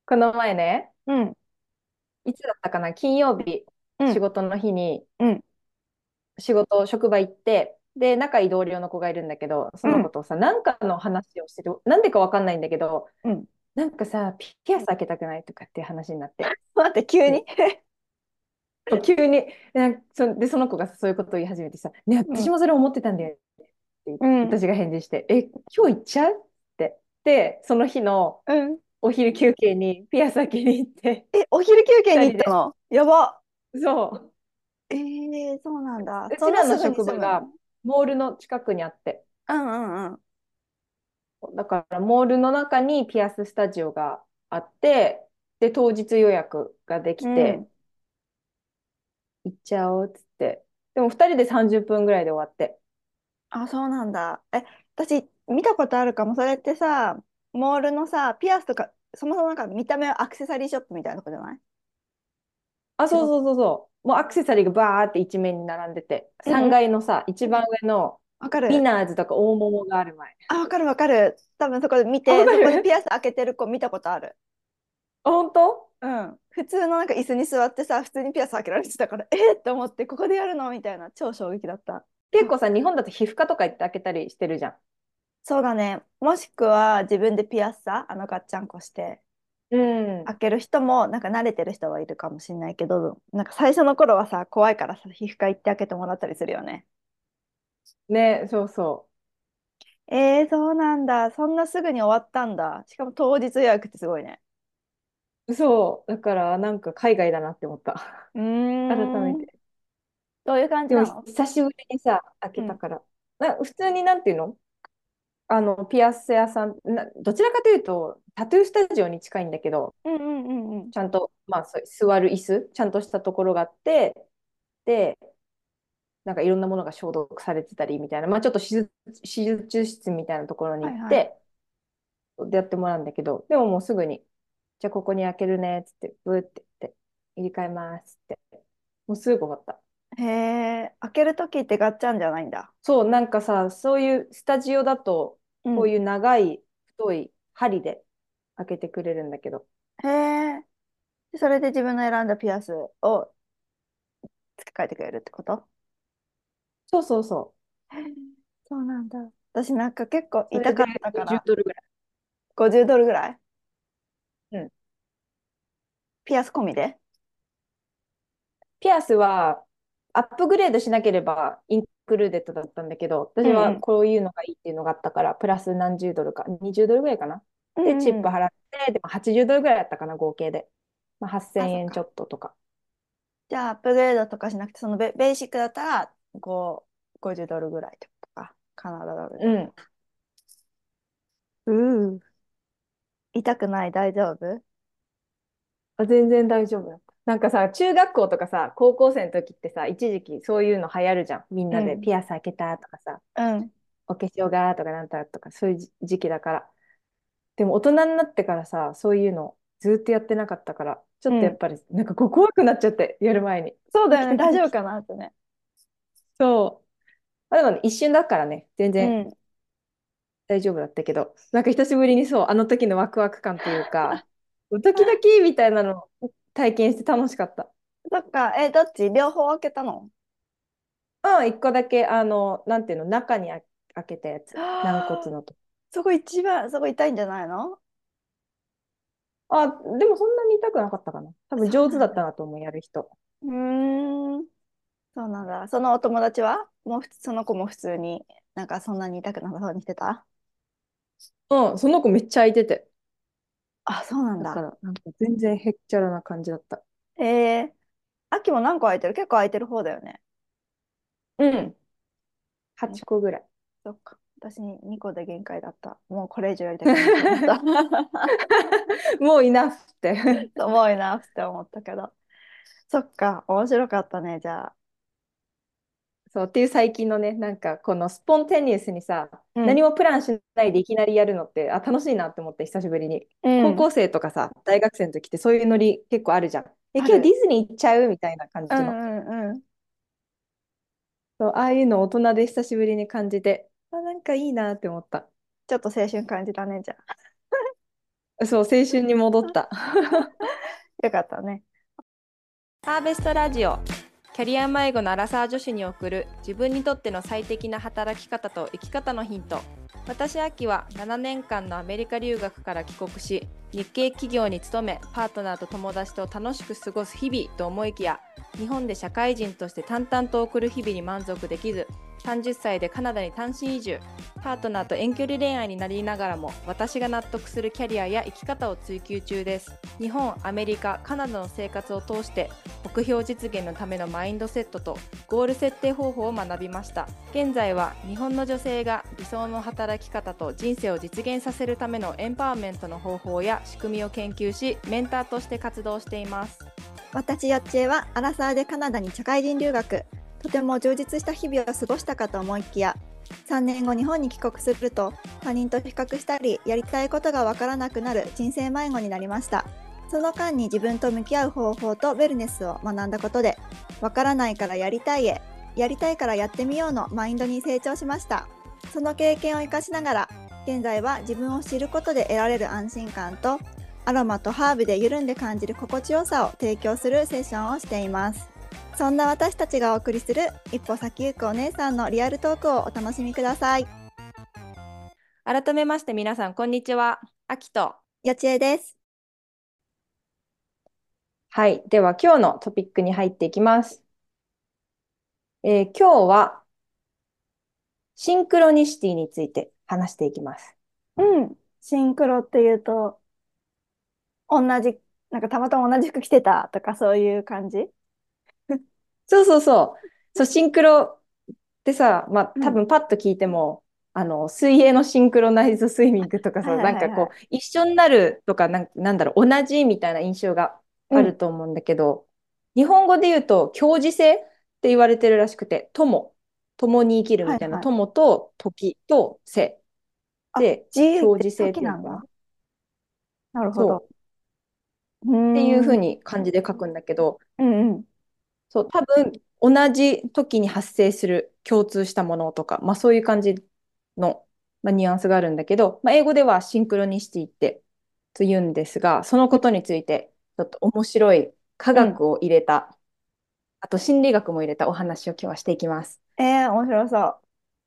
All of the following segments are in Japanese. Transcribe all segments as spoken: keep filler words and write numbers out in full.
この前ね、 うん、 いつだったかな、金曜日、 うん、 仕事の日に、 うん、 仕事、職場行って、で、仲いい同僚の子がいるんだけど、そうん、 の子とさ、なんかの話をしてて、なんでかわかんないんだけど、 うん。 なんかさ、ピピアス開けたくないとかっていう話になって、 待って、急で、 に。 そう急に、なんそで、その子がそういうことを言い始めてさ、ね、 うん、 私もそれ思ってたんだよってうん、 私が返事して、え、今日行っちゃうって。で、その日のうん。 お昼休憩にピアス開けに行って、 え、お昼休憩に二人で、 行ったの？やば。 そうえー、そうなんだ。 うちらのそんなすぐに職場が住むの？ モールの近くにあって、 うんうんだからモールの中にピアススタジオがあって、で、当日予約ができうん。うて、 ん。 行っちゃおうっつって。でもふたりでさんじゅっぷんぐらいで終わって。 あ、そうなんだ。え、私、見たことあるかも。それってさ、モールのさ、ピアスとか、そもそもなんか見た目はアクセサリーショップみたいなとこじゃない？ あ、 違う。 そうそうそうそう。もうアクセサリーがバーって一面に並んでて、3 うんうん。 階のさ、一番上のビわかる。 ナーズとか大桃がある前。 あ、わかるわかる。多分そこで見あ、わて、そこでピかる。 アス開けてる子見たことある。 あ、本当？ うん、普通のなんか椅子に座ってさ、普通にピアス開けられてたから、えーって思って、ここでやるのみたいな、超衝撃だった。あ、 結構さ、日本だと皮膚科とか行って開けたりしてるじゃん。 そうだね。もしくは自分でピアスさ、あのガッチャンコしてうん。 開ける人も、なんか慣れてる人はいるかもしれないけど、なんか最初の頃はさ、怖いからさ、皮膚科行って開けてもらったりするよね。 ね、そうそえー、そうなんだ。そんなすぐに終わったんだ。しかも当日予約ってすごいね。 う。そう。だからなんか海外だなって思った。 う改ーん。 めて。 どういう感じでもなの？ 久しぶりにさ、開うん。 けたから。な、普通になんていうのあの、ピアス屋さん、な、どちらかというと、タトゥースタジオに近いんだけど、 うんうんうんうん。 ちゃんと、まあ、そう座る椅子、ちゃんとしたところがあって、で、なんかいろんなものが消毒されてたりみたいな、まあ、ちょっと手術、手術室みたいなところにはいはい。 行って、でやってもらうんだけど、でももうすぐに、じゃあここに開けるね、つって、ブーって言って、入れ替えますって。もうすぐ終わった。 へえ、開けるときってガッチャンじゃないんだ。 そう、なんかさ、そういうスタジオだと、 うん。 こういう長い、太い針で開けてくれるんだけど、 へえ。でそれで自分の選んだピアスを付け替えてくれるってこと？ そうそうそう。 へえ、そうなんだ。私なんか結構それで痛かったかごじゅうら、 ドルぐらい。 ごじゅうドルぐらいうん。 ピアス込みで？ ピアスは、アップグレードしなければインクルーデットだったんだけど、私はうんうん。 こういうのがいいっていうのがあったから、プラス何十ドルか、にじゅうドルぐらいかな。 うで、チんうん。 ップ払って、でもはちじゅうドルぐらいだったかな、合計で。まあ、8000 あ、そっ円ちょか。 っととか。 じゃあアップグレードとかしなくて、そのベ、ベーシックだったらご、ごじゅうドルぐらいってことか。カナダドルで。 うん。 うー。痛くない？大丈夫？ あ、全然大丈夫だった。なんかさ、中学校とかさ、高校生の時ってさ、一時期そういうの流行るじゃん。みんなでうん。 ピアス開けたとかさ、 うん。 お化粧がとかなんたらとか、そういう時期だから。でも大人になってからさ、そういうのずっとやってなかったから、ちょうん。 っとやっぱり、なんかこう怖くなっちゃって、やる前に。来そうだよね。 た来た来た。 大丈夫かなってね。 そう。あ、でもね、一瞬だからね、全然うん。 大丈夫だったけど、なんか久しぶりにそう、あの時のワクワク感というか、ドキドキみたいなのを体験して楽しかった。 そっか。え、どっち両方開けたの？ うん、一個だけ、あの、なんていうの、中にあ開けたやつ、軟骨はあ、 のと。 そこ一番、そこ痛いんじゃないの？ あ、でもそんなに痛くなかったかな。多分上手だそうなんだ。 ったなと思う、やる人。 うーん。そうなんだ。そのお友達はもう普通、その子も普通になんかそんなに痛くなさそうにしてた？ うん、その子めっちゃ空いてて。 あ、そうなんだ。 だから、なんか全然へっちゃらな感じだった。 えー、秋も何個空いてる？結構空いてる方だよね。 うん、 うん、 はちこぐらい。 そっか。私ににこで限界だった。もうこれ以上やりたくないと思った。 もういなって。 重いなって思ったけど。そっか。面白かったね、じゃあ。 そうっていう最近のね、なんかこのスポンテニウスにさ、 うん。 何もプランしないでいきなりやるのって、あ、楽しいなって思って久しぶりに。 うん。 高校生とかさ、大学生の時ってそういうノリ結構あるじゃん。え、今日デある。 ィズニー行っちゃうみたいな感うじの。 んうんうん。 そう、ああいうの大人で久しぶりに感じて、あ、なんかいいなって思った。 ちょっと青春感じたね、じゃあ。 そう、青春に戻った。 よかったね。 ハーベストラジオ。キャリア迷子のアラサー女子に送る自分にとっての最適な働き方と生き方のヒント。私、アキはななねんかんのアメリカ留学から帰国し、日系企業に勤め、パートナーと友達と楽しく過ごす日々と思いきや、日本で社会人として淡々と送る日々に満足できず、さんじゅっさいでカナダに単身移住、パートナーと遠距離恋愛になりながらも、私が納得するキャリアや生き方を追求中です。日本、アメリカ、カナダの生活を通して、目標実現のためのマインドセットとゴール設定方法を学びました。現在は日本の女性が理想の働き方と人生を実現させるためのエンパワーメントの方法や仕組みを研究し、メンターとして活動しています。 私、よっちえはアラサーでカナダに社会人留学。とても充実した日々を過ごしたかと思いきや、さんねんご日本に帰国すると他人と比較したり、やりたいことがわからなくなる人生迷子になりました。その間に自分と向き合う方法とウェルネスを学んだことで、わからないからやりたいへ、やりたいからやってみようのマインドに成長しました。その経験を生かしながら、現在は自分を知ることで得られる安心感と、アロマとハーブで緩んで感じる心地よさを提供するセッションをしています。そんな私たちがお送りする一歩先行くお姉さんのリアルトークをお楽しみください。 改めまして皆さん、こんにちは。あきと。 よちえです。 はい。では、今日のトピックに入っていきます。えー今日はシンクロニシティについて話していきます。 うん。シンクロっていうと、同じ、なんかたまたま同じ服着てたとかそういう感じ？ そうそうそう。そう、シンクロってさ、まあうん。 多分パッと聞いても、あの、水泳のシンクロナイズスイミングとかさ、 はいはいなんかこう、 はいはい。 一緒になるとか、なん、なんだろう、同じみたいな印象があるうん。 と思うんだけど、日本語で言うと、共時性って言われてるらしくて、友、共に生きるみたいな、 はいはい。 友と時と性あ、 で、 自由って共時性っていうのかな。 時なんだ。なるほど。 そう。 うーっていうふうん。 に漢字で書くんだけど、 うんうん。 そう、多分同じ時に発生する共通したものとか、まあそういう感じの、まあ、ニュアンスがあるんだけど、まあ、英語ではシンクロニシティってと言うんですが、そのことについてちょっと面白い科うん。 学を入れた、あと心理学も入れたお話を今日はしていきます。 えー、面白そ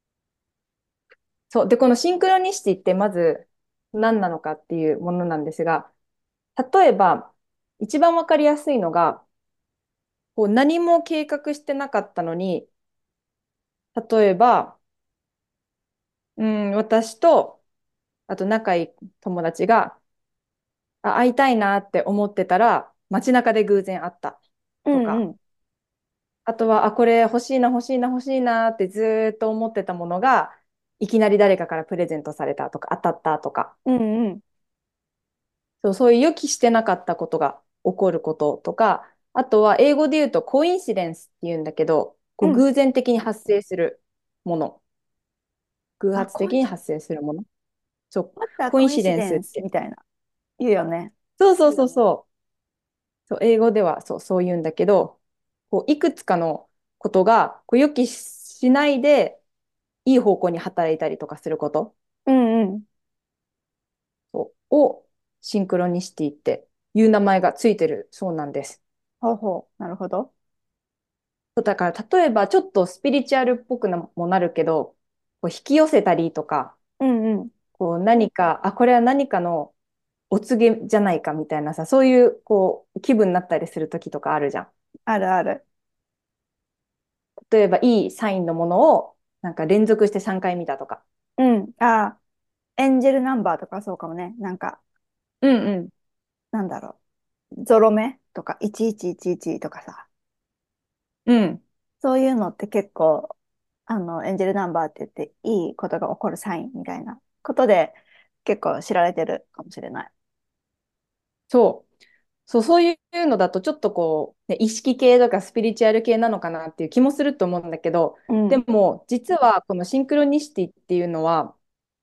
そう。で、このシンクロニシティってまず何なのかっていうものなんですが、例えば一番わかりやすいのが、こう何も計画してなかったのに、例えば、うん、私と、あと仲いい友達が、あ、会いたいなって思ってたら、街中で偶然会ったう。うとか、 んうん。 あとは、あ、これ欲しいな、欲しいな、欲しいなってずーっと思ってたものが、いきなり誰かからプレゼントされたとか、当たったとか、 うんうん。 そう、そういう予期してなかったことが起こることとか、あとは英語で言うとコインシデンスって言うんだけど、こううん。 偶然的に発生するもの、偶あ、 発コインシ、 的に発生するもの。そう、 またコインコインシデンシデンススって。 みたいな言うよね。 そうそうそうそう。そう、英語ではそう、そう言うんだけど、こういくつかのことがこう予期しないでいい方向に働いたりとかすることうんうん。 そうをシンクロニシティっていう名前がついてるそうなんです。 ほうほう。なるほど。 そうだから例えばちょっとスピリチュアルっぽくなもなるけど、こう引き寄せたりとか、 うんうん。 こう何か、あ、これは何かのお告げじゃないかみたいなさ、そういうこう気分になったりする時とかあるじゃん。 あるある。 例えばいいサインのものをなんか連続してさんかい見たとか。 うん。あ、エンジェルナンバーとかそうかもね。なんか、 うんうん。 なんだろう。ゾロ目とか、いちいちいちいちとかさ。 うん。 そういうのって結構、あの、エンジェルナンバーって言って、いいことが起こるサインみたいなことで、結構知られてるかもしれない。 そう。そう、そういうのだとちょっとこう、ね、意識系とかスピリチュアル系なのかなっていう気もすると思うんだけど、でうん。 も実はこのシンクロニシティっていうのは、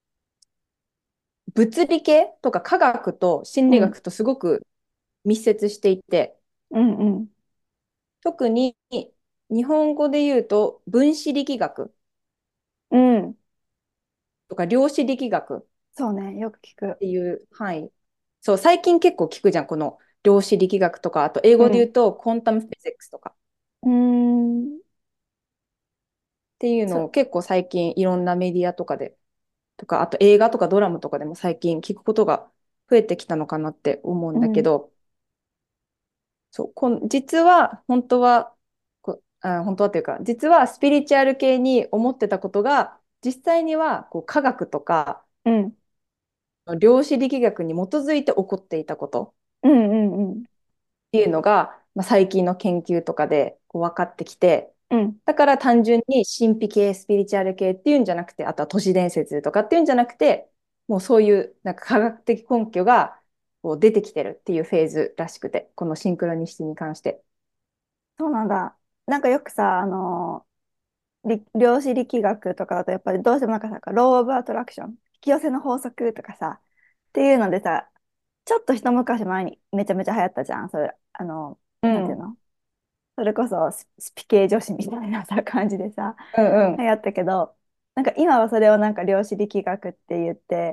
物理系とか科学と心うん。 理学とすごく密接していて、 うんうん。 特に日本語で言うと分子力学っうん。 とか量子力学っそうね。よく聞く。 ていう範囲。 そう、最近結構聞くじゃん、この量子力学とか、あと英語で言ううん。 と、コンタムフィジックスとかうーん。 っていうのをそ、 結構最近いろんなメディアとかで、とか、あと映画とかドラマとかでも最近聞くことが増えてきたのかなって思うんだけうん。 ど、そう、こん、実は、本当は、こあ、本当はというか、実はスピリチュアル系に思ってたことが、実際にはこう科学とかうん。 量子力学に基づいて起こっていたことうん。うん。うん。 っていうのが、まあ、最近の研究とかでこう分かってきて、 うん。 だから単純に神秘系、スピリチュアル系っていうんじゃなくて、あとは都市伝説とかっていうんじゃなくて、もうそういうなんか科学的根拠がこう出てきてるっていうフェーズらしくて、このシンクロニシティに関して。 そうなんだ。なんかよくさ、あのり量子力学とかだとやっぱりどうしてもなんかさ、ローオブアトラクション、引き寄せの法則とかさ、っていうのでさ、ちょっと一昔前にめちゃめちゃ流行ったじゃん。それ、あの、 うん。 なんていうの、それこそス、スピ系女子みたいなさ、感じでさ、 うんうん。 流行ったけど、なんか今はそれをなんか量子力学って言って、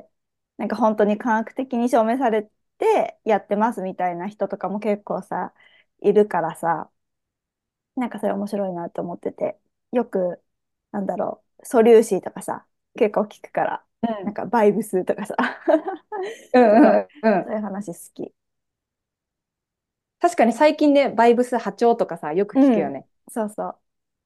なんか本当に科学的に証明されてやってますみたいな人とかも結構さ、いるからさ、なんかそれ面白いなと思ってて、よく、なんだろう、素粒子とかさ、結構聞くから、 うん。 なんかバイブスとかさ、 うんすごい、 うんうん。 そういう話好き。 確かに最近ね、バイブス波長とかさ、よく聞うん、 くよね。 そうそ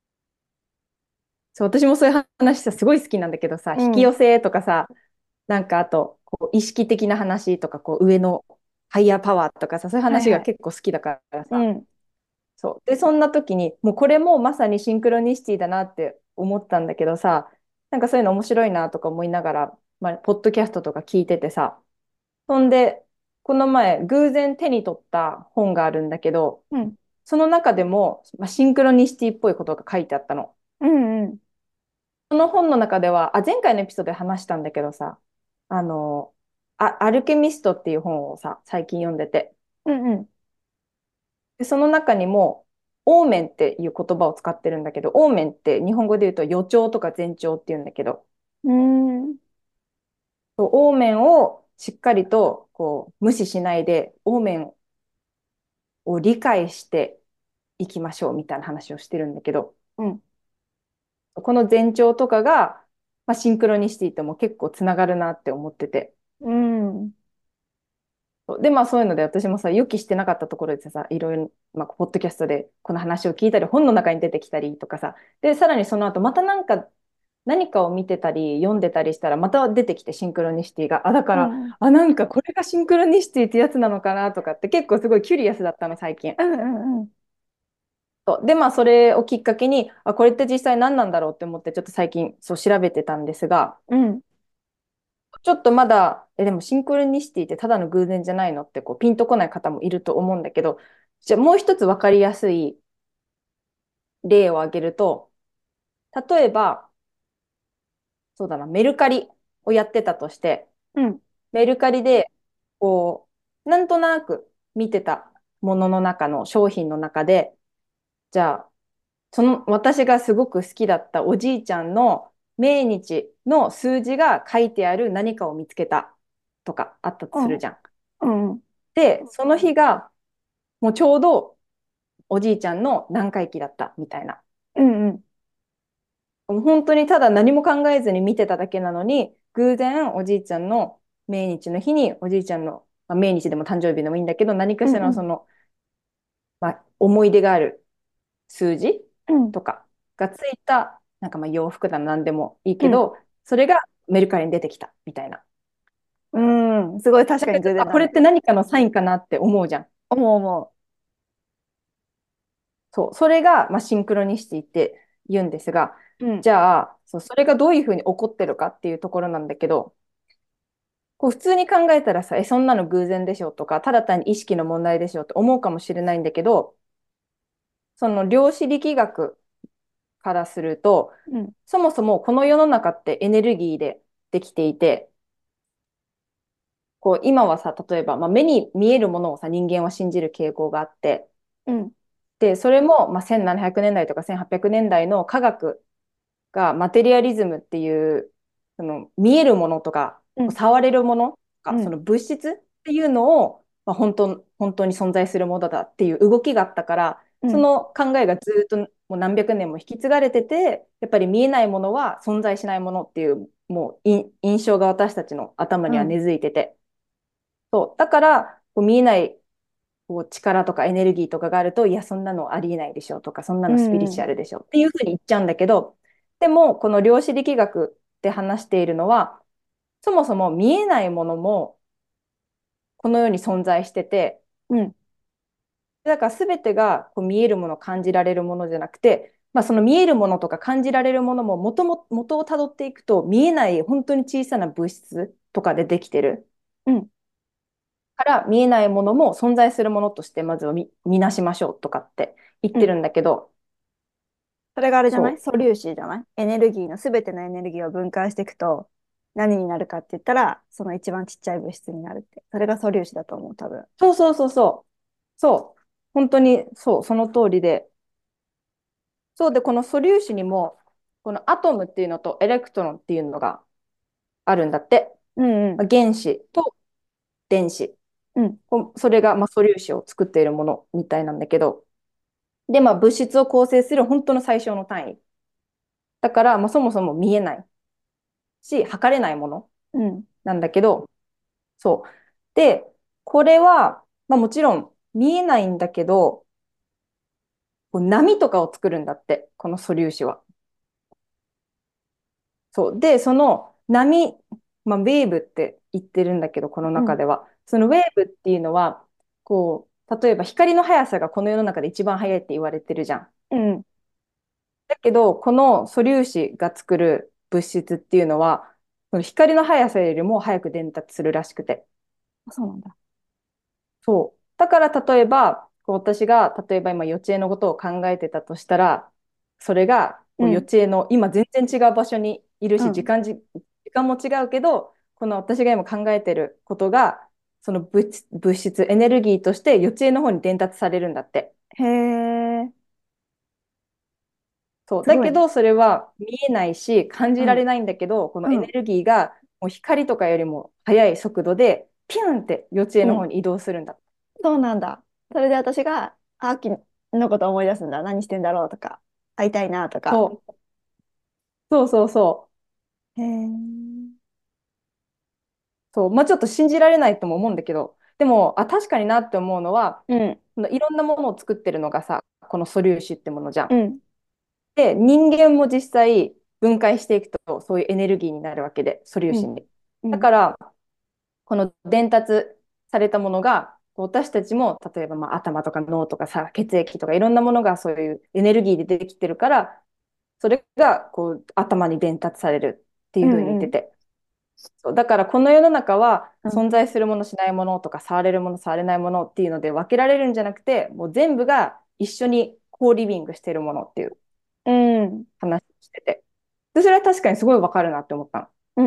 そう、私もそういう話さ、すごい好きなんだけどさ、 う。うん、 引き寄せとかさ、なんかあと、こう意識的な話とか、こう上のハイヤーパワーとかさ、そういう話はいはい。 が結構好きだからさ、 うん、 そう。で、そんな時に、もうこれもまさにシンクロニシティだなって思ったんだけどさ、なんかそういうの面白いなとか思いながら、まあ、ポッドキャストとか聞いててさ、そんで、この前、偶然手に取った本があるんだけど、 うん、 その中でも、まあ、シンクロニシティっぽいことが書いてあったの。 うん、うん、 その本の中では、あ、前回のエピソードで話したんだけどさ、あの、あ、アルケミストっていう本をさ、最近読んでて、 うん、 で、その中にも、オーメンっていう言葉を使ってるんだけど、オーメンって日本語で言うと予兆とか前兆っていうんだけど、 うん、うん、 そうオーメンをしっかりとこう無視しないで、オーメンを理解していきましょうみたいな話をしてるんだけど、 うん、 この前兆とかが、まあ、シンクロニシティとも結構つながるなって思ってて。 うん、 で、まあそういうので私もさ、予期してなかったところでさ、いろいろ、まあ、ポッドキャストでこの話を聞いたり、本の中に出てきたりとかさ、で、さらにその後、またなんか、何かを見てたり、読んでたりしたら、また出てきてシンクロニシティが。あ、だから、 うん、 あ、なんかこれがシンクロニシティってやつなのかなとかって結構すごいキュリアスだったの、最近。 うん、うん、 そうで、まあそれをきっかけに、あ、これって実際何なんだろうって思って、ちょっと最近そう調べてたんですが、 うん、 ちょっとまだ、え、でもシンクロニシティってただの偶然じゃないのってこうピンとこない方もいると思うんだけど、じゃあもう一つわかりやすい例を挙げると、例えば、そうだな、メルカリをやってたとして、 うん、 メルカリで、こう、なんとなく見てたものの中の商品の中で、じゃあ、その私がすごく好きだったおじいちゃんの命日の数字が書いてある何かを見つけたとかあったとうん、 するじゃん。 うん、 で、その日がもうちょうどおじいちゃんの何回忌だったみたいな。 うん、うん、 もう本当にただ何も考えずに見てただけなのに、偶然おじいちゃんの命日の日におじいちゃんの、まあ、命日でも誕生日でもいいんだけど、何かしらうん、 のその、まあ、思い出がある数字うん、 とかがついた、なんかまあ洋服だな、なんでもいいうん、 けど、それがメルカリに出てきたみたいな。 うん、すごい確かにだけど、あ、これっ偶然だね。 て何かのサインかなって思うじゃん。 思う思そう。それが、まあ、シンクロニシティって言うんですが、 う。うん、 じゃあ、そう、それがどういうふうに起こってるかっていうところなんだけど、こう普通に考えたらさ、え、そんなの偶然でしょとか、ただ単に意識の問題でしょって思うかもしれないんだけど、その量子力学からすると、 うん、 そもそもこの世の中ってエネルギーでできていて、こう今はさ、例えば、まあ、目に見えるものをさ、人間は信じる傾向があって、 うん、 で、それも、まあ、せんななひゃくねんだいとかせんはっぴゃくねんだいの科学がマテリアリズムっていう、その見えるものとか、 うん、 触れるものとか、そうん、 の物質ていうのを、まあ、本当、本当に存在するものだっていう動きがあったから、そうん。 の考えがずっともう何百年も引き継がれてて、やっぱり見えないものは存在しないものっていう、もうい印象が私たちの頭うん。 には根付いてて。そう。だから、こう見えないこう力とかエネルギーとかがあると、いや、そんなのありえないでしょとか、そんなうのスピリチュん。 アルでしょっていうふうに言っちゃうんだけど、でも、この量子力学で話しているのは、そもそも見えないものもこの世に存在してて、 うん。 だから全てがこう見えるもの、感じられるものじゃなくて、まあ、その見えるものとか感じられるものも元も元をたどっていくと見えない本当に小さな物質とかでできてるうん。 から見えないものも存在するものとしてまずは見、見なしましょうとかって言っうん。 てるんだけど、 それがあれじゃないそ素粒子じゃないエネルギーの、すべてのエネルギーを分解していくと、何になるかって言ったら、その一番ちっちゃい物質になるって。それが素粒子だと思う、多分。 うそうそうそうそうそう、本当にそうその通りで、そうでこの素粒子にもこのアトムっていうのとエレクトロンっていうのがあるんだって。 うんうん。 原子と電子、 うん。 それがまあ素粒子を作っているものみたいなんだけど、で、まあ、物質を構成する本当の最小の単位。だから、まあ、そもそも見えないし、測れないものうん。 なんだけど、そう。で、これは、まあ、もちろん見えないんだけど、こう波とかを作るんだって、この素粒子は。そう。で、その波、まあ、ウェーブって言ってるんだけど、このうん。 中では。そのウェーブっていうのは、こう、例えば光の速さがこの世の中で一番速いって言われてるじゃん。 うん。 だけど、この素粒子が作る物質っていうのは、その光の速さよりも速く伝達するらしくて。 あ、そうなんだ。 そう。だから例えば、こう私が例えば今幼稚園のことを考えてたとしたら、それがこう幼うん。 稚園の今全然違う場所にいるし、時うん。 間じ、時間も違うけど、この私が今考えてることが、その物、物質、エネルギーとして幼稚園の方に伝達されるんだって。 へえ、 そう。 すごいね。 だけど、それは見えないし、感うん。 じられないんだけど、このエネうん。 ルギーがもう光とかよりも速い速度で、ピュンって幼稚園うん。 の方に移動するんだ。 そうなんだ。それで私が、あ、秋のことを思い出すんだ。何してんだろうとか、会いたいなとか。 そう。そうそうそう。 へえ。 そう。まあちょっと信じられないとも思うんだけど、でも、あ、確かになって思うのは、 うん。 そのいろんなものを作ってるのがさ、この素粒子ってものじゃん。 うん。 で、人間も実際分解していくと、そういうエネルギーになるわけで、素粒うん。 子に。 うん。 だから、この伝達されたものが、私たちも例えばまあ頭とか脳とかさ、血液とかいろんなものがそういうエネルギーでできてるから、それがこう頭に伝達されるっていうふうに言っうん。うん。 てて。そうだからこの世の中はうん。 存在するものしないものとか触れるもの触れないものっていうので分けられるんじゃなくて、もう全部が一緒にコーリビングしてるものっていううん。 話をしてて。で、それは確かにすごい分かるなって思ったの。 うん。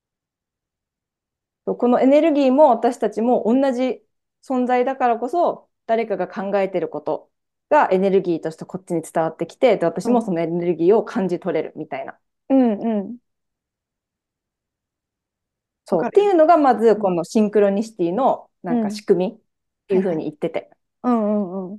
そうこのエネルギーも私たちも同じ存在だからこそ、誰かが考えてることがエネルギーとしてこっちに伝わってきて、で、私うん。 もそのエネルギーを感じ取れるみたいな。 うん。うん。わそう。 かるよ。 っていうのが、まずうん。 このシンクロニシティのなんかうん。 仕組みっていうふうはいはい。 に言ってて。 うんうんうん。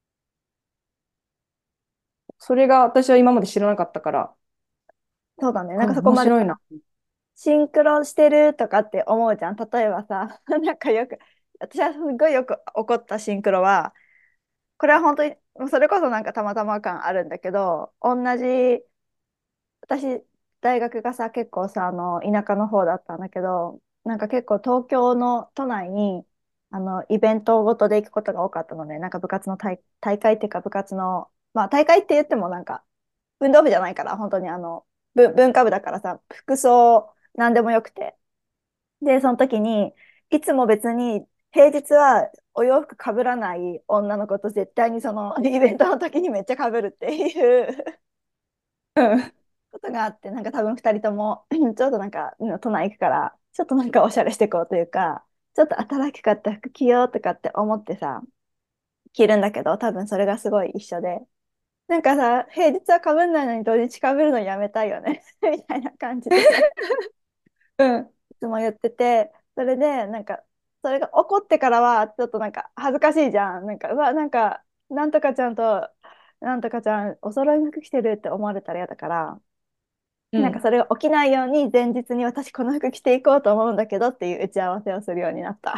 それが私は今まで知らなかったから、 そうだね。なんあ、 かそこまでさ、 面白いな。 シンクロしてるとかって思うじゃん。例えばさ、なんかよく、私はすごいよく起こったシンクロは、これは本当に、それこそなんかたまたま感あるんだけど、同じ、私、大学がさ、結構さ、あの、田舎の方だったんだけど、なんか結構東京の都内に、あの、イベントごとで行くことが多かったのね。なんか部活の大、大会っていうか部活の、まあ大会って言ってもなんか、運動部じゃないから、本当にあの、ぶ文化部だからさ、服装なんでもよくて。で、その時に、いつも別に平日はお洋服かぶらない女の子と絶対にそのイベントの時にめっちゃかぶるっていううん。 ことがあって、なんか多分ふたりともちょっとなんかうん都内行くから、ちょっとなんかおしゃれしていこうというか、ちょっと新しかった服着ようとかって思ってさ、着るんだけど、多分それがすごい一緒で。なんかさ、平日はかぶんないのに土日かぶるのやめたいよねみたいな感じでいうん。 つも言ってて、それでなんか、 それが起こってからはちょっとなんか恥ずかしいじゃん。なんか、うわ、なんか、なんとかちゃんと、なんとかちゃん、お揃いの服着てるって思われたら嫌だから、なんかうん。 それが起きないように前日に私この服着ていこうと思うんだけどっていう打ち合わせをするようになった。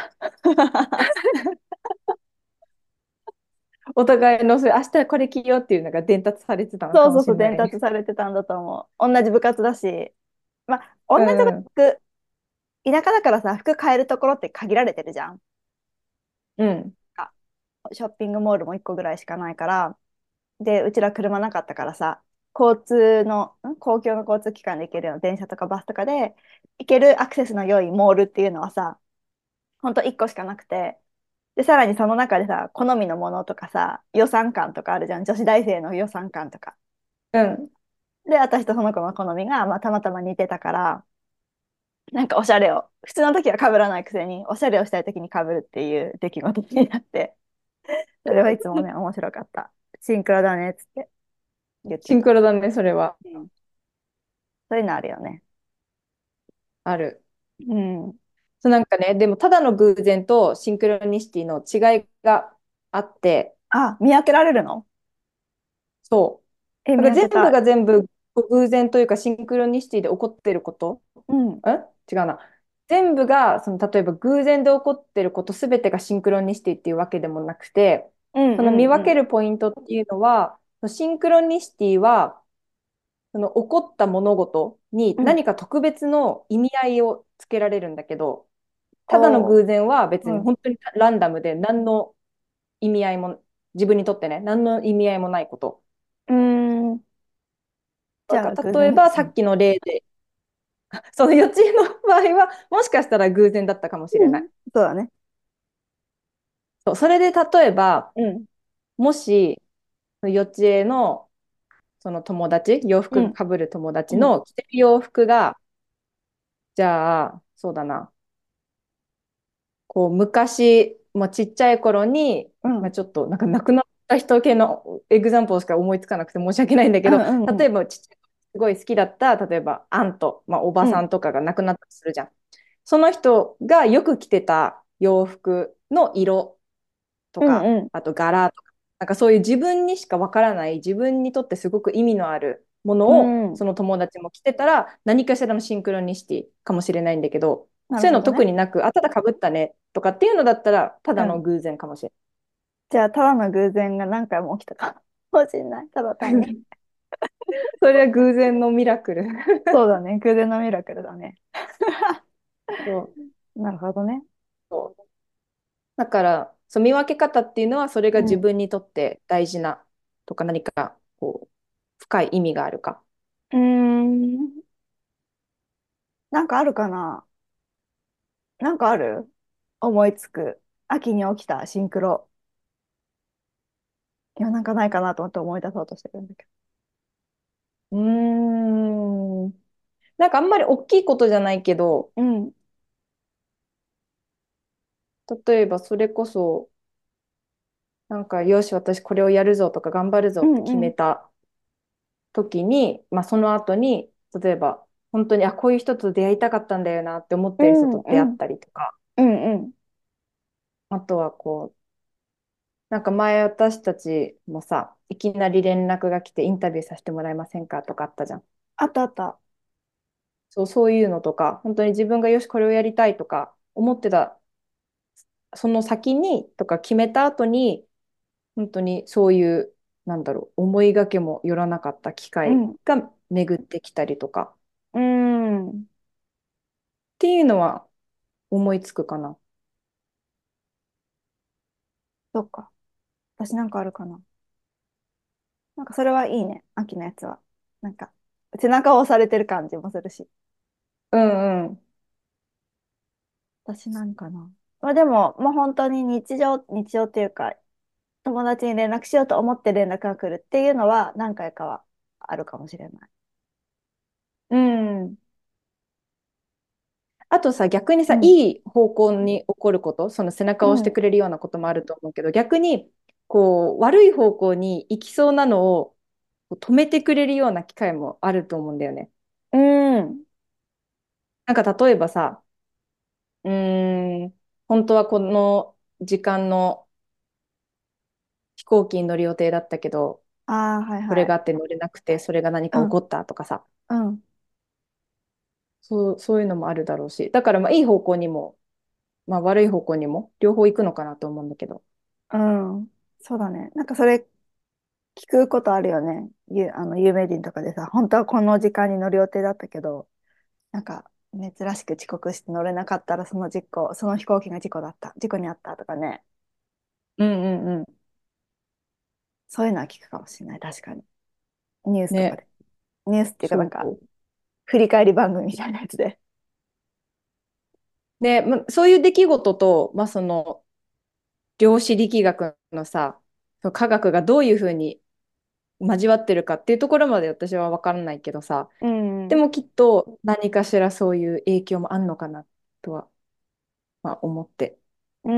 お互いのそれ明日これ着ようっていうのが伝達されてたのかもそうそうそう、伝しれないね。 達されてたんだと思う。同じ部活だし、まあ、同うじ部ん。 活、田舎だからさ、服買えるところって限られてるじゃん。 うん。 あショッピングモールもいっこぐらいしかないから、で、うちら車なかったからさ、交通の、ん公共の交通機関で行けるような電車とかバスとかで行けるアクセスの良いモールっていうのはさ、ほんといっこしかなくて、で、さらにその中でさ、好みのものとかさ、予算感とかあるじゃん。女子大生の予算感とか。 うん。 で、私とその子の好みが、まあ、たまたま似てたから、なんかおしゃれを、普通の時は被らないくせに、おしゃれをしたい時に被るっていう出来事になって、それはいつもね、面白かった。シンクロだねっつって言ってシンた。 クロだね、それは。 うん、そういうのあるよね。 ある。 うん。 そうなんかね、でもただの偶然とシンクロニシティの違いがあって、 あ、見分けられるの？ そえ、 う。だから全部見分けたい。 が全部偶然というかシンクロニシティで起こっていること、 うん。 ん違うな。全部がその例えば偶然で起こっていることすべてがシンクロニシティっていうわけでもなくて、 うんその見うんうん。 分けるポイントっていうのは、シンクロニシティはその起こった物事にうん。 何か特別の意味合いをつけられるんだけど、ただのおー。 偶然は別うん。 に本当にランダムで何の意味合いも、自分にとってね、何の意味合いもないこと。 うーん。じなんかゃあ、偶然だ。うん。 例えばさっきの例で、その予知の場合はもしかしたら偶然だったかもしれない。 うん、そうだね。 そう、それで例えば、 うん。 もし予知のその友達、洋うん。 服かぶる友達うん。 の着てる洋服が、じゃあ、そうだな、こう昔、もうちっちゃい頃に、まあ、 うん。 ちょっとなんか亡くなった人系のエグザンプルしか思いつかなくて申し訳ないんだけど、 うん。うん。 例えばちっちゃいすごい好きだった、例えばアント、まあ、おばうん。 さんとかが亡くなったりするじゃん。その人がよく着てた洋服の色とうん。 か、 うん。 あと柄とか、なんかそういう自分にしかわからない、自分にとってすごく意味のあるもうのをん。 その友達も着てたら、何かしらのシンクロニシティかもしれないんだけど、そういうのなるほどね。 特になく、あ、ただ被ったねとかっていうのだったら、たうん。 だの偶然かもしれじゃあ、ただの偶然が何回も起きたかもしれない。ただ単に。 ない。それは偶然のミラクル。 そうだね。偶然のミラクルだね。 そうなるほどね。 そうだから、そう見分け方っていうのは、それが自うん。 分にとって大事なとか、何かこう深い意味があるか。 うーん。なんかあるかな？なんかある？思いつく。秋に起きたシンクロ。いや、なんかないかなと思って思い出そうとしてるんだけうーん。なんかあんまり大きいことじゃないけど、 ど。うん。 例えばそれこそ、なんか、よし、私これをやるぞとか頑張るぞって決うんうん。 めた時に、まあその後に、例えば、本当に、あ、こういう人と出会いたかったんだよなって思っうんうてる人と出会っん。 たりとか、 うんうん。 あとはこう、なんか前私たちもさ、いきなり連絡が来てインタビューさせてもらえませんかとかあったじゃん。 あったあった。 そう、そういうのとか、本当に自分がよし、これをやりたいとか思ってた、その先にとか決めた後に、本当にそういう、なんだろう、思いがけもよらなかった機会うん。 が巡ってきたりとかうん。 っていうのは思いつくかな。 そっか。私なんかあるかな。なんかそれはいいね。秋のやつは。なんか、背中を押されてる感じもするし。 うんうん。 私なんかな。まあでも、もう本当に日常、日常っていうか、友達に連絡しようと思って連絡が来るっていうのは何回かはあるかもしれない。 うん。あとさ、逆にさ、 うん。 いい方向に起こること、その背中を押してうん。 くれるようなこともあると思うけど、逆に、こう、悪い方向に行きそうなのをこう止めてくれるような機会もあると思うんだよね。 うん。 なんか例えばさ、うーん、 本当はこの時間の飛行機に乗る予定だったけど、 ああ、はいはい。 これがあって乗れなくて、それが何うん、 か起こったとかさ、 うん、 そう、そういうのもあるだろうし、だからまあいい方向にも、まあ悪い方向にも、両方行くのかなと思うんだけど。 うん。そうだね。なんかそれ聞くことあるよね。ゆ、あの、有名人とかでさ、本当はこの時間に乗る予定だったけど、なんか珍しく遅刻して乗れなかったらその事故、その飛行機が事故だった、事故にあったとかね。 うんうんうん。 そういうのは聞くかもしれない。確かに。ニュースとかね、 で。ニュースっていうかなんか、 そう。 振り返り番組みたいなやつで。 で、ま、そういう出来事と、まあ、その量子力学のさ、その科学がどういうふうに交わってるかっていうところまで私は分からないけどさ、 うん、 でもきっと何かしらそういう影響もあんのかなとは、まあ、思って。 うん、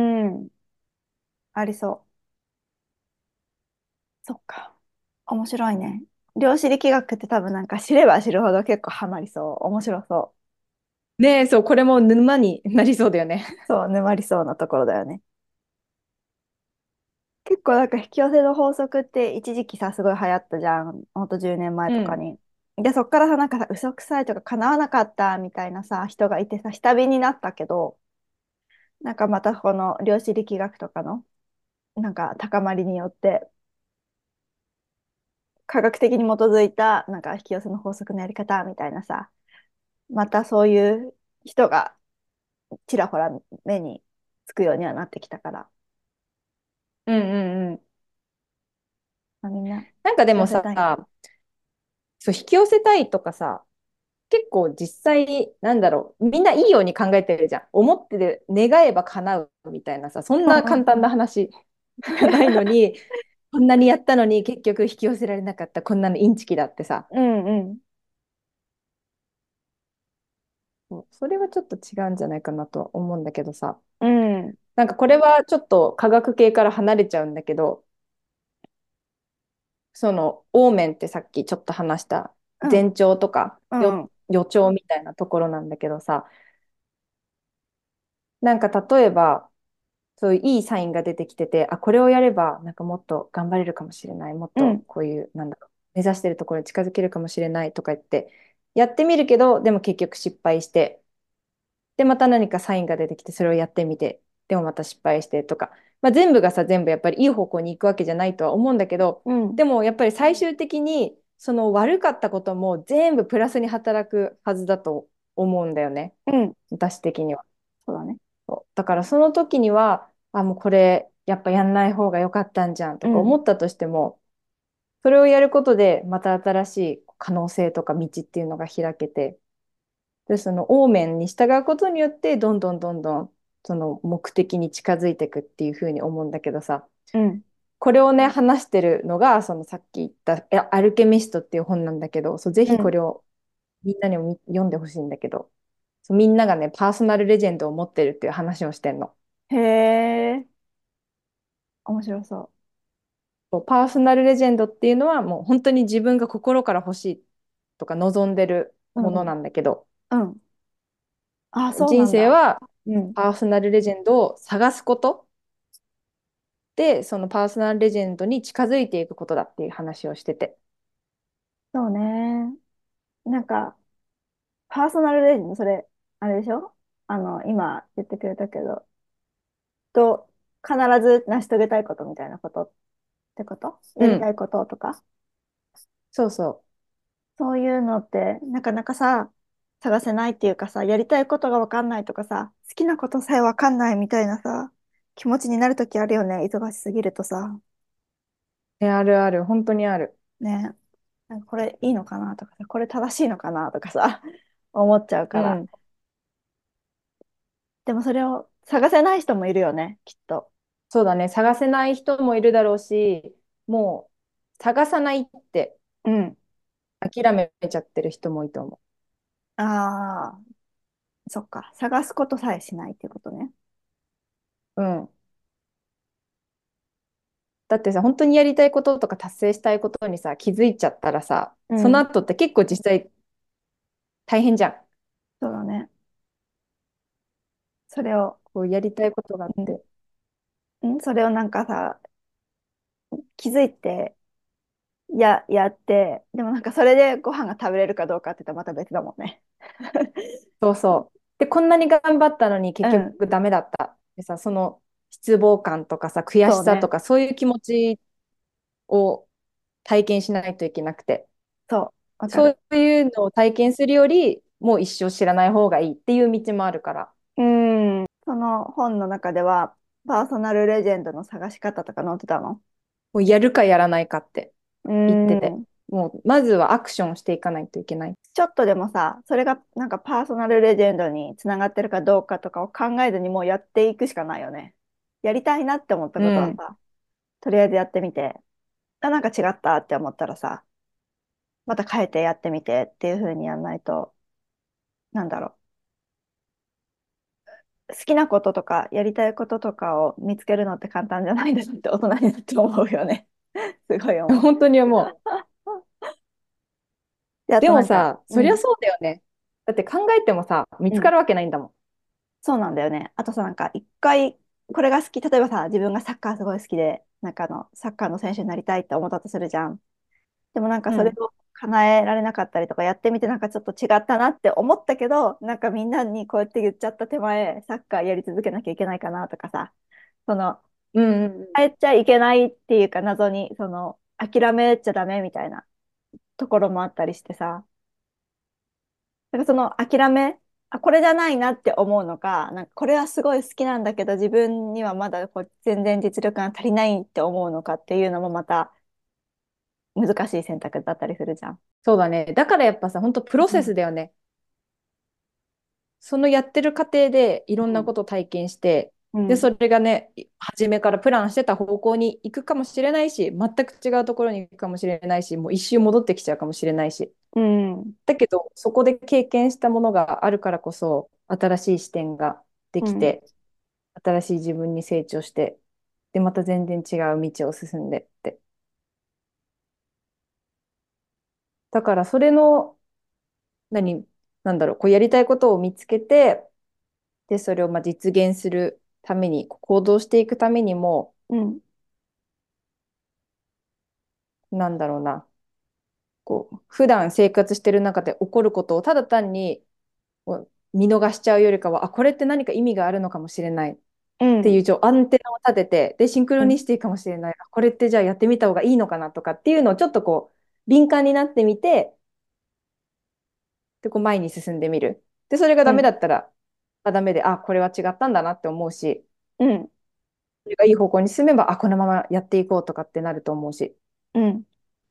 ありそう。そっか。面白いね。量子力学って多分なんか知れば知るほど結構ハマりそう。面白そう。 ねえ、そう、これも沼になりそうだよね。 そう、沼りそうなところだよね。結構なんか引き寄せの法則って一時期さ、すごい流行ったじゃん。ほんとじゅうねんまえうん。 とかに。で、そっからさ、なんかさ、嘘くさいとか叶わなかったみたいなさ、人がいてさ、下火になったけど、なんかまたこの量子力学とかの、なんか高まりによって、科学的に基づいた、なんか引き寄せの法則のやり方みたいなさ、またそういう人がちらほら目につくようにはなってきたから、 うんうんうん。 まあ、みんななんかで引き寄もさ、 せたいね。 そう、引き寄せたいとかさ、結構実際、なんだろう、みんないいように考えてるじゃん。思ってる、願えば叶うみたいなさ、そんうんな簡単うんうん。 な話じゃないのに、こんなにやったのに結局引き寄せられなかった、こんなのインチキだってさ、 うんうん。 そうそれはちょっと違うんじゃないかなとは思うんだけどさ、 うん。 なんかこれはちょっと科学系から離れちゃうんだけど、その、オーメンってさっきちょっと話したうん。 前兆とかようんうん。 予兆みたいなところなんだけどさ、なんか例えば、そういういいサインが出てきてて、あ、これをやれば、なんかもっと頑張れるかもしれない、もっうん。 とこういう、なんだろう、目指してるところに近づけるかもしれないとか言って、やってみるけど、でも結局失敗して、で、また何かサインが出てきて、それをやってみて、でもまた失敗してとか、まあ、全部がさ、全部やっぱりいい方向に行くわけじゃないとは思うんだけど、 うん。 でもやっぱり最終的に、その悪かったことも全部プラスに働くはずだと思うんだよね、 うん。 私的には。 そうだね。 そうだからその時には、あ、もうこれやっぱやんない方が良かったんじゃんとかうん。 思ったとしても、それをやることでまた新しい可能性とか道っていうのが開けて、で、そのオーメンに従うことによって、どんどんどんどんその目的に近づいていくっていうふうに思うんだけどさ、 うん。 これをね、話してるのが、そのさっき言ったえアルケミストっていう本なんだけど、そう、ぜうん。 ひこれをみんなにもみ読んでほしいんだけど、そうみんながね、パーソナルレジェンドを持ってるっていう話をしてんの。 へえ、面白そそうパーソナルレジェンドっていうのはもう本当に自分が心から欲しいとか望んでるう。うんうん。 ものなんだけど、 うん。ああ、そうな人んだ。 生はうん。 パーソナルレジェンドを探すことで、そのパーソナルレジェンドに近づいていくことだっていう話をしてて。 そうね。なんか、パーソナルレジェンド、それ、あれでしょ？あの、今言ってくれたけど、と、必ず成し遂げたいことみたいなことってこと？ うん、 やりたいこととかそうそそういうのってなかなかさ、探せないっていうかさ、やりたいことがわかんないとかさ、好きなことさえわかんないみたいなさ、気持ちになるときあるよね、忙しすぎるとさ。 う。ね、あるある、本当にある。 ね、なんかこれいいのかなとかさ、これ正しいのかなとかさ、思っちゃうから。 うん、 でもそれを探せない人もいるよね、きっと。 そうだね、探せない人もいるだろうし、もう探さないってうん。 諦めちゃってる人もいいと思ああ、そっか。探すことさえしないっていうことね。 う。うん。だってさ、本当にやりたいこととか達成したいことにさ、気づいちゃったらさ、そのうん。 後って結構実際大変じゃん。 そうだね。 それを、 こうやりたいことがあっうん、 て。 んそれをなんかさ、気づいて、や、やって、でもなんかそれでご飯が食べれるかどうかって言ったらまた別だもんね。 そうそう。で、こんなに頑張ったのに結うん、 局ダメだった。でさ、その失望感とかさ、悔しそうね。 さとか、そういう気持ちを体験しないといけなくて。 そう、わかる。 そういうのを体験するより、もう一生知らない方がいいっていう道もあるから、 うん。その本の中では、パーソナルレジェンドの探し方とか載ってたの？ もうやるかやらないかってう言ってて、 ん。 もうまずはアクションしていかないといけない。 ちょっとでもさ、それがなんかパーソナルレジェンドにつながってるかどうかとかを考えずにもうやっていくしかないよね。やりたいなって思ったうん。 ことはさ、とりあえずやってみて、あ、なんか違ったって思ったらさ、また変えてやってみてっていう風にやらないと、なんだろう。好きなこととかやりたいこととかを見つけるのって簡単じゃないですって大人になって思うよね。すごい思う。 本当に思う。 で、あでとなんか、 もさ、 うん、 そりゃそうだよね。だって考えてもさ、見うん、 つかるわけないんだもん。 そうなんだよね。あとさ、なんか一回これが好き、例えばさ、自分がサッカーすごい好きで、なんかあの、サッカーの選手になりたいって思ったとするじゃん。でもなんかうん。 それを叶えられなかったりとか、やってみてなんかちょっと違ったなって思ったけど、なんかみんなにこうやって言っちゃった手前、サッカーやり続けなきゃいけないかなとかさ、その、 うんうんうん。 変えちゃいけないっていうか謎に、その、諦めちゃダメみたいなところもあったりしてさ、なんかその諦め、あ、これじゃないなって思うのか、なんかこれはすごい好きなんだけど、自分にはまだこう全然実力が足りないって思うのかっていうのもまた難しい選択だったりするじゃん。 そうだね。だからやっぱさ、本当プロセうん。 スだよね。そのやってる過程でいろんうん。 なことを体験して、で、 うん。 それがね、初めからプランしてた方向に行くかもしれないし、全く違うところに行くかもしれないし、もう一周戻ってきちゃうかもしれないし。 うん。 だけど、そこで経験したものがあるからこそ、新しい視点がでうん。 きて、新しい自分に成長して、で、また全然違う道を進んでって。だから、それの、何、なんだろう、こうやりたいことを見つけて、で、それをまあ実現するために、行動していくためにも、 うん。 なんだろうな、こう、普段生活してる中で起こることをただ単にこう見逃しちゃうよりかは、あ、これって何か意味があるのかもしれないっていう、 うん。 ちょアンテナを立てて、で、シンクロうん。 ニシティかもしれない。あ、これってじゃあやってみた方がいいのかなとかっていうのをちょっとこう、敏感になってみて、で、こう前に進んでみる。で、それがダメだうん。 ったら、あ、ダメで、あ、これは違ったんだなって思うし、 うん。 それがいい方向に進めば、あ、このままやっていこうとかってなると思うし。 うん。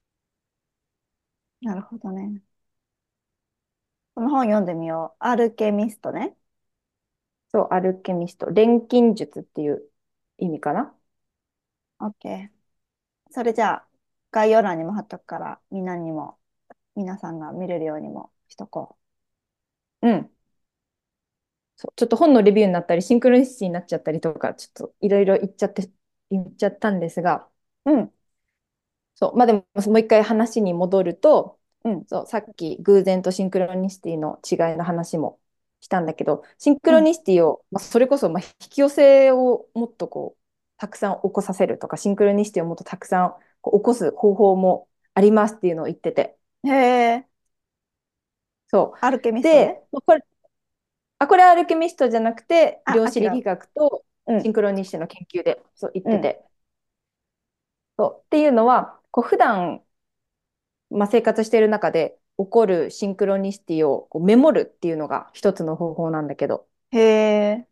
なるほどね。この本読んでみよう。アルケミストね。 そう、アルケミスト、錬金術っていう意味かな。 オッケー。それじゃあ、概要欄にも貼っとくから、みんなにも、皆さんが見れるようにもしとこうん。そう、ちょっと本のレビューになったり、シンクロニシティになっちゃったりとか、ちょっといろいろ言っちゃって、言っちゃったんですが、 う。うん。 そう、まあでも、もう一回話に戻ると、 うん。 そう、さっき偶然とシンクロニシティの違いの話もしたんだけど、シンクうん。 ロニシティを、まあ、それこそ、まあ、引き寄せをもっとこう、たくさん起こさせるとか、シンクロニシティをもっとたくさんこう起こす方法もありますっていうのを言ってて、 へえ、 そう。 アルケミストで。 で、まあこれ、あ、これはアルケミストじゃなくて、 あ、あ、違う。 量子力学とうん。 シンクロニシティの研究でそう言っうん。 てて、そうっていうのは、こう普段、まあ、生活している中で起こるシンクロニシティをこうメモるっていうのが一つの方法なんだけど、 へえ。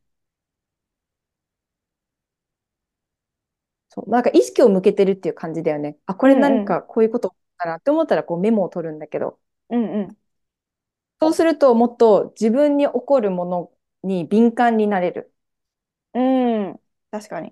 そうなんか意識を向けてるっていう感じだよね。あ、こうれ何んうん。 かこういうことかなって思ったらこうメモを取るんだけど、 うんうん。 そうするともっと自分に起こるものに敏感になれる。 うん。確かに。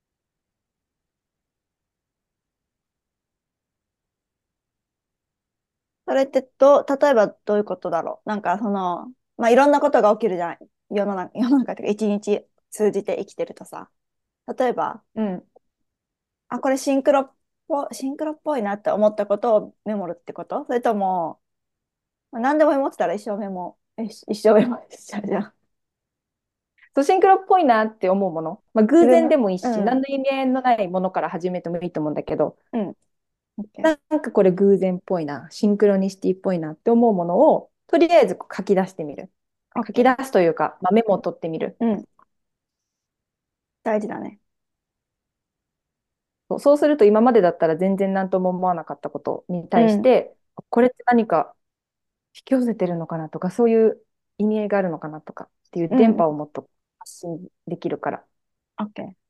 それってどう、例えばどういうことだろう。なんかその、まあ、いろんなことが起きるじゃん。世の中、世の中というか一日通じて生きてるとさ。例えば、 うん。 あ、これシンクロっぽ、シンクロっぽいなって思ったことをメモるってこと？それとも、まあ、何でもメモってたら一生メモ、え一生メモしちゃうじゃん。 そう、シンクロっぽいなって思うもの。まあ、偶自分の、 然でもいいし、 うん、 何の意味合いのないものから始めてもいいと思うんだけど、 うん、オッケー、 なんかこれ偶然っぽいな、シンクロニシティっぽいなって思うものを、とりあえずこう書き出してみる。 オッケー、 書き出すというか、まあ、メモを取ってみる。 うん、大事だね。 そうそうすると今までだったら全然何とも思わなかったことにうん、 対して、これって何か引き寄せてるのかなとか、そういう意味合いがあるのかなとかっていう電うん、 波をもっと発信できるから。 オッケー。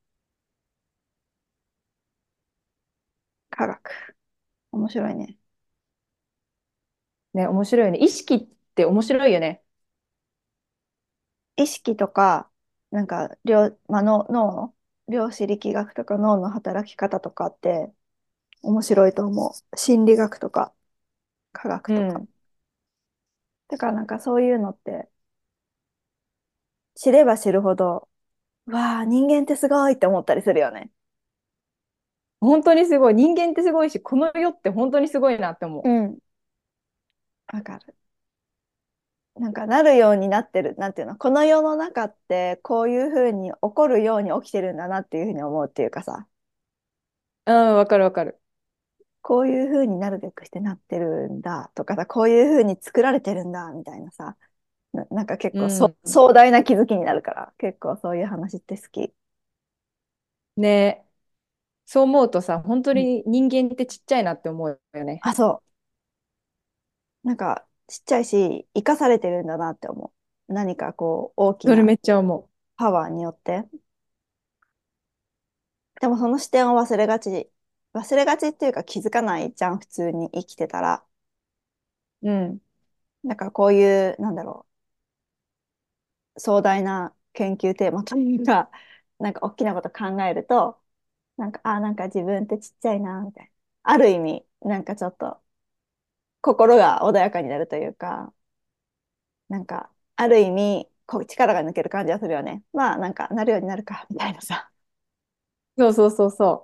科学。面白いね。 ね、面白いよね。意識って面白いよね。 意識とか、なんか、量、まあ、の脳の、量子力学とか脳の働き方とかって面白いと思う。心理学とか科学とか。 うん。 だからなんかそういうのって知れば知るほど、うわあ、人間ってすごいって思ったりするよね。 本当にすごい。人間ってすごいし、この世って本当にすごいなって思うん。わかる。なんかなるようになってる。なんていうの、この世の中ってこういうふうに起こるように起きてるんだなっていうふうに思うっていうかさ、 う。うん、わかるわかる。 こういうふうになるべくしてなってるんだとかさ、こういうふうに作られてるんだみたいなさ、な、なんか結構そうん。 壮大な気づきになるから、結構そういう話って好き。 ね、そう思うとさ、本当うん、 に人間ってちっちゃいなって思うよね。 あ、そう。なんかちっちゃいし、生かされてるんだなって思う。何かこう大きなそれめっちゃ思パワーによって。でもその視点を忘れがち。忘れがちっていうか気づかないじゃん、普通に生きてたら。 う。うん。 だからこういう、なんだろう、壮大な研究テーマというか、なんか大きなこと考えると、なんか、あ、なんか自分ってちっちゃいな、みたいな。ある意味、なんかちょっと心が穏やかになるというか、なんか、ある意味、こう力が抜ける感じがするよね。まあ、なんか、なるようになるか、みたいなさ。 そうそうそうそう。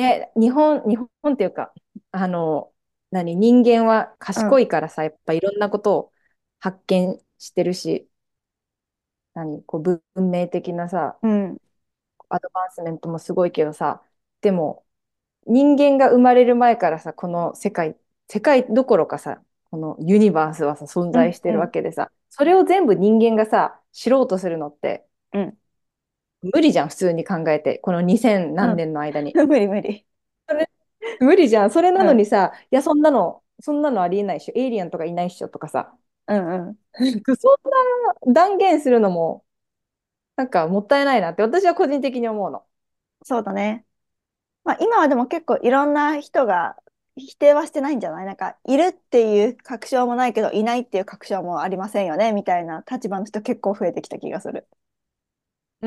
ね、日本、日本っていうか、あの、何、人間はうん、 賢いからさ、やっぱいろんなことを発見してるし、何、こう文明的なさ、 うん、 アドバンスメントもすごいけどさ、でも人間が生まれる前からさ、この世界、世界どころかさ、このユニバースはさ、存うん、 在してるわうん、 けでさ、それを全部人間がさ、知ろうとするのってうん、 無理じゃん、普通に考えて、このにせん何うん。 年の間に。 無理無理。 それ無理じゃん。それなうん、 のにさ、いや、そんなの、そんなのありえないっしょ、エイリアンとかいないっしょとかさ、 うん、うん。 そんな断言するのも、なんかもったいないなって私は個人的に思うの。 そうだね。まあ、今はでも結構いろんな人が否定はしてないんじゃない？なんか、いるっていう確証もないけど、いないっていう確証もありませんよね、みたいな立場の人結構増えてきた気がする。 うん。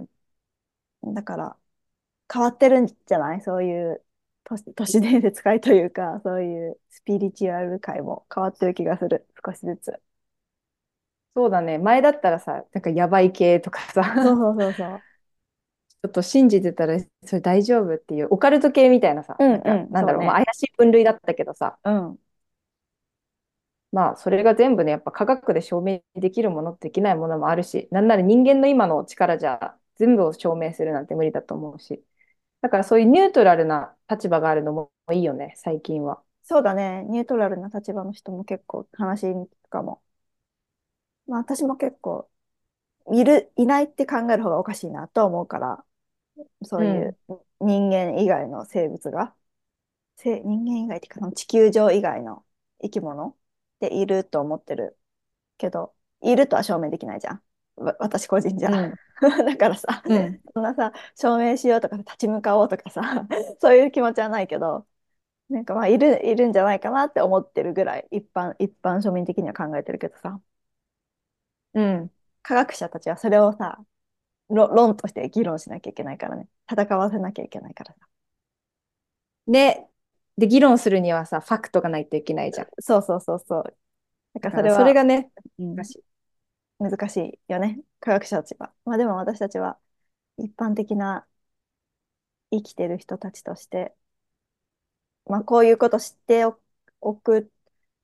だから、変わってるんじゃない？そういう都市、都市伝説界というか、そういうスピリチュアル界も変わってる気がする。少しずつ。 そうだね。前だったらさ、なんかやばい系とかさ、 そうそうそうそちょっと信じてたらそれ大丈夫っていうオカルト系みたいなさ、 う。うんなんかうん、 なんだろう、まあそうね。 怪しい分類だったけどさ、 うん。 まあそれが全部ね、やっぱ科学で証明できるもの、できないものもあるし、なんなら人間の今の力じゃ全部を証明するなんて無理だと思うし、だからそういうニュートラルな立場があるのもいいよね、最近は。 そうだね。ニュートラルな立場の人も結構話に聞くかも。まあ私も結構、いる、いないって考える方がおかしいなと思うから、そういううん。 人間以外の生物が、せ人間以外っていうか、その地球上以外の生き物でいると思ってるけど、いるとは証明できないじゃん。わ私個人じゃ。 うん。 だからさ、 うん。 そんなさ、証明しようとか立ち向かおうとかさ、そういう気持ちはないけど、なんかまあ、いる、いるんじゃないかなって思ってるぐらい、一般、一般庶民的には考えてるけどさ、 うん。 科学者たちはそれをさ、ろ論として議論しなきゃいけないからね。戦わせなきゃいけないからさ。 で、で、議論するにはさ、ファクトがないといけないじゃん。 そうそうそうそう。だかだからそれらそれは、 がね、 うん、 難しい。 難しいよね。科学者たちは。まあでも私たちは一般的な生きてる人たちとして、まあこういうこと知っておく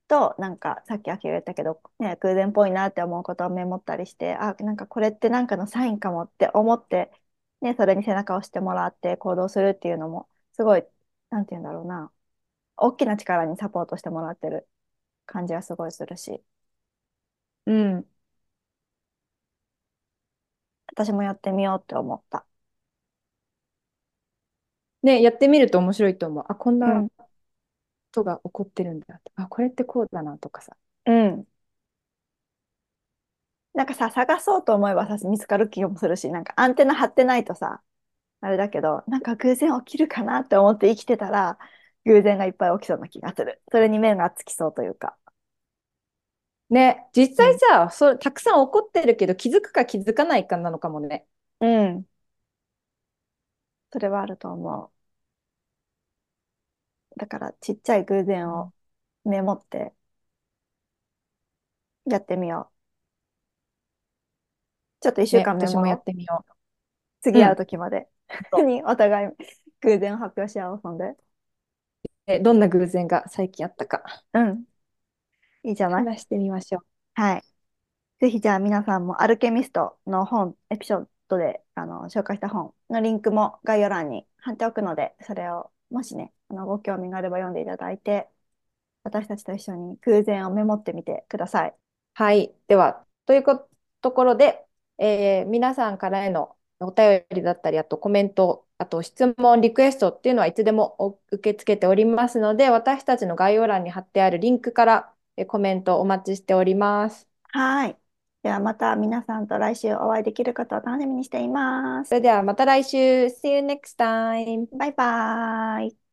と、なんかさっきあきが言ったけど、ね、偶然っぽいなって思うことをメモったりして、あ、なんかこれってなんかのサインかもって思って、ね、それに背中を押してもらって行動するっていうのも、すごい、なんて言うんだろうな、大きな力にサポートしてもらってる感じはすごいするし、うん、私もやってみようって思った。 ね、やってみると面白いと思う。あ、こんなうん、 ことが起こってるんだと。あ、これってこうだなとかさ。 うん。なんかさ、探そうと思えばさ、見つかる気もするし、なんかアンテナ張ってないとさ、あれだけど、なんか偶然起きるかなって思って生きてたら、偶然がいっぱい起きそうな気がする。それに目がつきそうというか。 ね、実うん。 際さ、そう、たくさん起こってるけど気づくか気づかないかなのかもね。 うん。それはあると思う。だからちっちゃい偶然をうんメモってやってみよう。ちょっと一週ね、 間メ私もやっモろう。 てみよう。 次会ううん。 時までそにお互い偶然を発表し合おう、そんで。 うえ、どんな偶然が最近あったかうん。いいじゃない。 話してみましょう。 はい。ぜひじゃあ皆さんもアルケミストの本、エピソードであの紹介した本のリンクも概要欄に貼っておくので、それをもしね、あのご興味があれば読んでいただいて、私たちと一緒に偶然をメモってみてください。 はい。では、ということころで、えー皆さんからへのお便りだったり、あとコメント、あと質問、リクエストっていうのはいつでもお受け付けておりますので、私たちの概要欄に貼ってあるリンクからえコメントお待ちしております。 はい。ではまた皆さんと来週お会いできることを楽しみにしています。 それではまた来週。See you next time. バイバーイ。